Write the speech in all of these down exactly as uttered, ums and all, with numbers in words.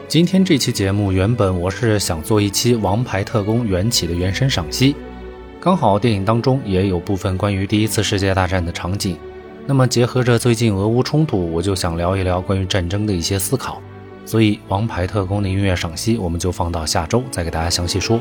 今天这期节目原本我是想做一期《王牌特工缘起》的原声赏析，刚好电影当中也有部分关于第一次世界大战的场景，那么结合着最近俄乌冲突，我就想聊一聊关于战争的一些思考，所以《王牌特工》的音乐赏析我们就放到下周再给大家详细说。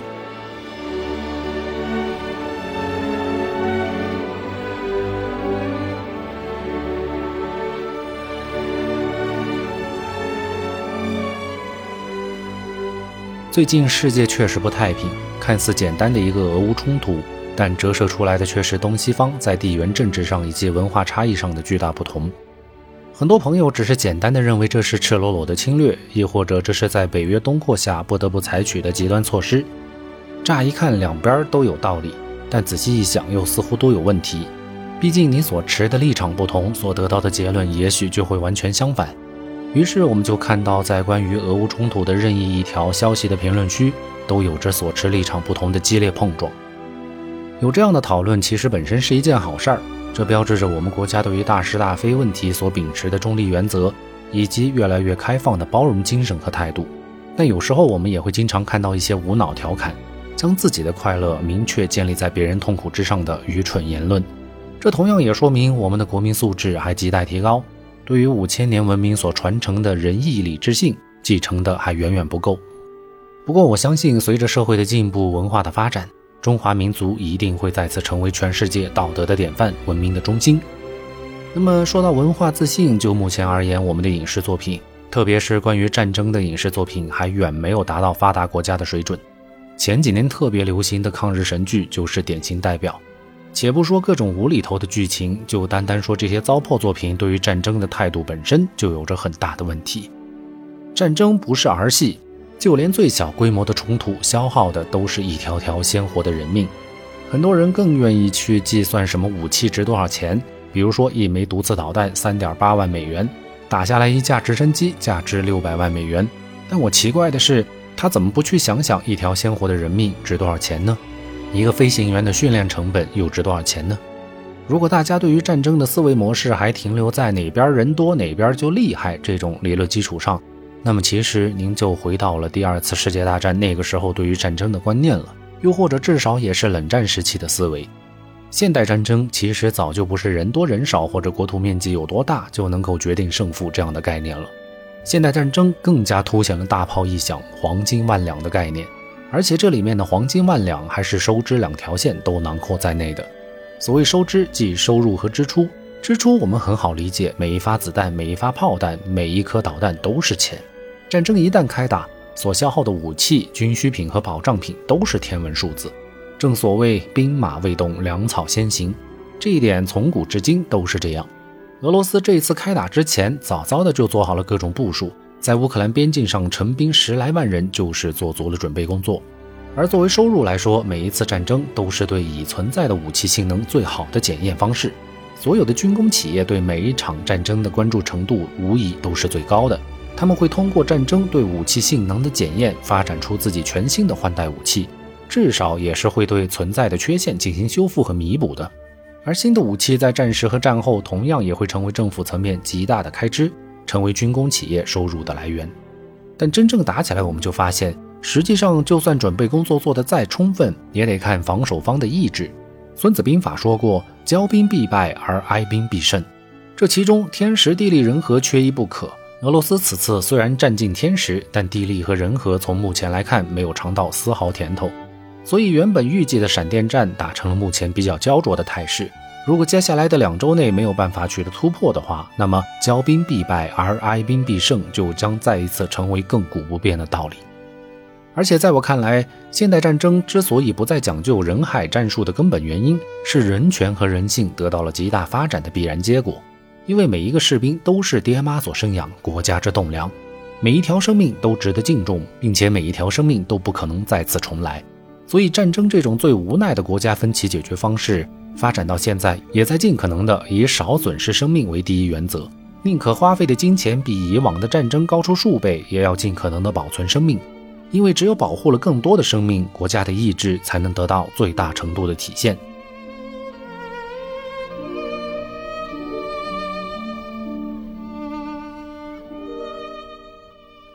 最近世界确实不太平，看似简单的一个俄乌冲突，但折射出来的却是东西方在地缘政治上以及文化差异上的巨大不同。很多朋友只是简单的认为这是赤裸裸的侵略，亦或者这是在北约东扩下不得不采取的极端措施。乍一看两边都有道理，但仔细一想又似乎都有问题。毕竟你所持的立场不同，所得到的结论也许就会完全相反。于是我们就看到，在关于俄乌冲突的任意一条消息的评论区，都有着所持立场不同的激烈碰撞。有这样的讨论其实本身是一件好事儿，这标志着我们国家对于大是大非问题所秉持的中立原则，以及越来越开放的包容精神和态度。但有时候我们也会经常看到一些无脑调侃，将自己的快乐明确建立在别人痛苦之上的愚蠢言论。这同样也说明我们的国民素质还亟待提高，对于五千年文明所传承的仁义礼智信，继承的还远远不够。不过我相信，随着社会的进步，文化的发展，中华民族一定会再次成为全世界道德的典范，文明的中心。那么说到文化自信，就目前而言，我们的影视作品，特别是关于战争的影视作品，还远没有达到发达国家的水准。前几年特别流行的抗日神剧就是典型代表。且不说各种无厘头的剧情，就单单说这些糟粕作品对于战争的态度本身就有着很大的问题。战争不是儿戏，就连最小规模的冲突消耗的都是一条条鲜活的人命。很多人更愿意去计算什么武器值多少钱，比如说一枚毒刺导弹 三点八万美元，打下来一架直升机价值六百万美元。但我奇怪的是，他怎么不去想想一条鲜活的人命值多少钱呢？一个飞行员的训练成本又值多少钱呢？如果大家对于战争的思维模式还停留在哪边人多哪边就厉害这种理论基础上，那么其实您就回到了第二次世界大战那个时候对于战争的观念了，又或者至少也是冷战时期的思维。现代战争其实早就不是人多人少或者国土面积有多大就能够决定胜负这样的概念了。现代战争更加凸显了大炮一响黄金万两的概念，而且这里面的黄金万两还是收支两条线都囊括在内的。所谓收支即收入和支出，支出我们很好理解，每一发子弹每一发炮弹每一颗导弹都是钱。战争一旦开打，所消耗的武器军需品和保障品都是天文数字。正所谓兵马未动粮草先行，这一点从古至今都是这样。俄罗斯这一次开打之前早早的就做好了各种部署，在乌克兰边境上陈兵十来万人就是做足了准备工作。而作为收入来说，每一次战争都是对已存在的武器性能最好的检验方式。所有的军工企业对每一场战争的关注程度无疑都是最高的，他们会通过战争对武器性能的检验，发展出自己全新的换代武器，至少也是会对存在的缺陷进行修复和弥补的。而新的武器在战时和战后同样也会成为政府层面极大的开支，成为军工企业收入的来源。但真正打起来，我们就发现实际上就算准备工作做得再充分，也得看防守方的意志。孙子兵法说过，骄兵必败而哀兵必胜，这其中天时地利人和缺一不可。俄罗斯此次虽然占尽天时，但地利和人和从目前来看没有尝到丝毫甜头，所以原本预计的闪电战打成了目前比较焦灼的态势。如果接下来的两周内没有办法取得突破的话，那么骄兵必败而哀兵必胜就将再一次成为亘古不变的道理。而且在我看来，现代战争之所以不再讲究人海战术的根本原因，是人权和人性得到了极大发展的必然结果。因为每一个士兵都是爹妈所生养，国家之栋梁，每一条生命都值得敬重，并且每一条生命都不可能再次重来。所以战争这种最无奈的国家分歧解决方式，发展到现在也在尽可能的以少损失生命为第一原则，宁可花费的金钱比以往的战争高出数倍，也要尽可能的保存生命。因为只有保护了更多的生命，国家的意志才能得到最大程度的体现。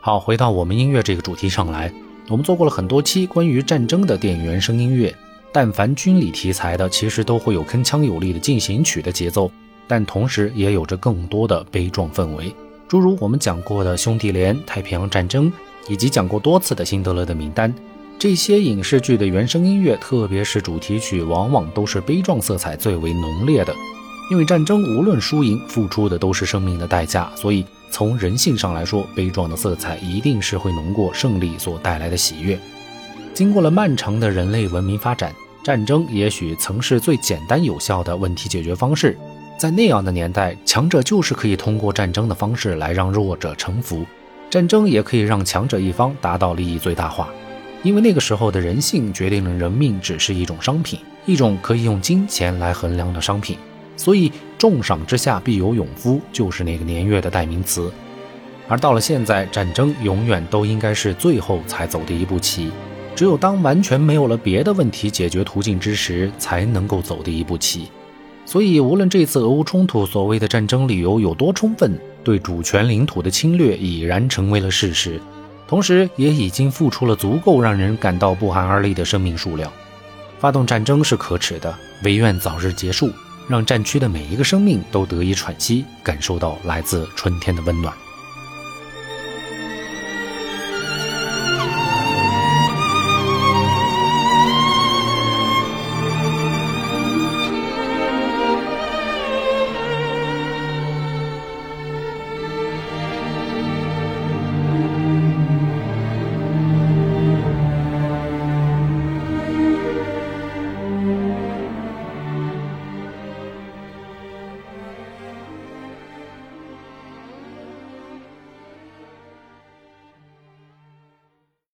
好，回到我们音乐这个主题上来，我们做过了很多期关于战争的电影原声音乐，但凡军礼题材的其实都会有铿锵有力的进行曲的节奏，但同时也有着更多的悲壮氛围，诸如我们讲过的兄弟连、太平洋战争，以及讲过多次的辛德勒的名单。这些影视剧的原声音乐，特别是主题曲，往往都是悲壮色彩最为浓烈的。因为战争无论输赢，付出的都是生命的代价，所以从人性上来说，悲壮的色彩一定是会浓过胜利所带来的喜悦。经过了漫长的人类文明发展，战争也许曾是最简单有效的问题解决方式。在那样的年代，强者就是可以通过战争的方式来让弱者臣服，战争也可以让强者一方达到利益最大化。因为那个时候的人性决定了人命只是一种商品，一种可以用金钱来衡量的商品，所以重赏之下必有勇夫就是那个年月的代名词。而到了现在，战争永远都应该是最后才走的一步棋，只有当完全没有了别的问题解决途径之时，才能够走的一步棋。所以无论这次俄乌冲突所谓的战争理由有多充分，对主权领土的侵略已然成为了事实，同时也已经付出了足够让人感到不寒而栗的生命数量。发动战争是可耻的，唯愿早日结束，让战区的每一个生命都得以喘息，感受到来自春天的温暖。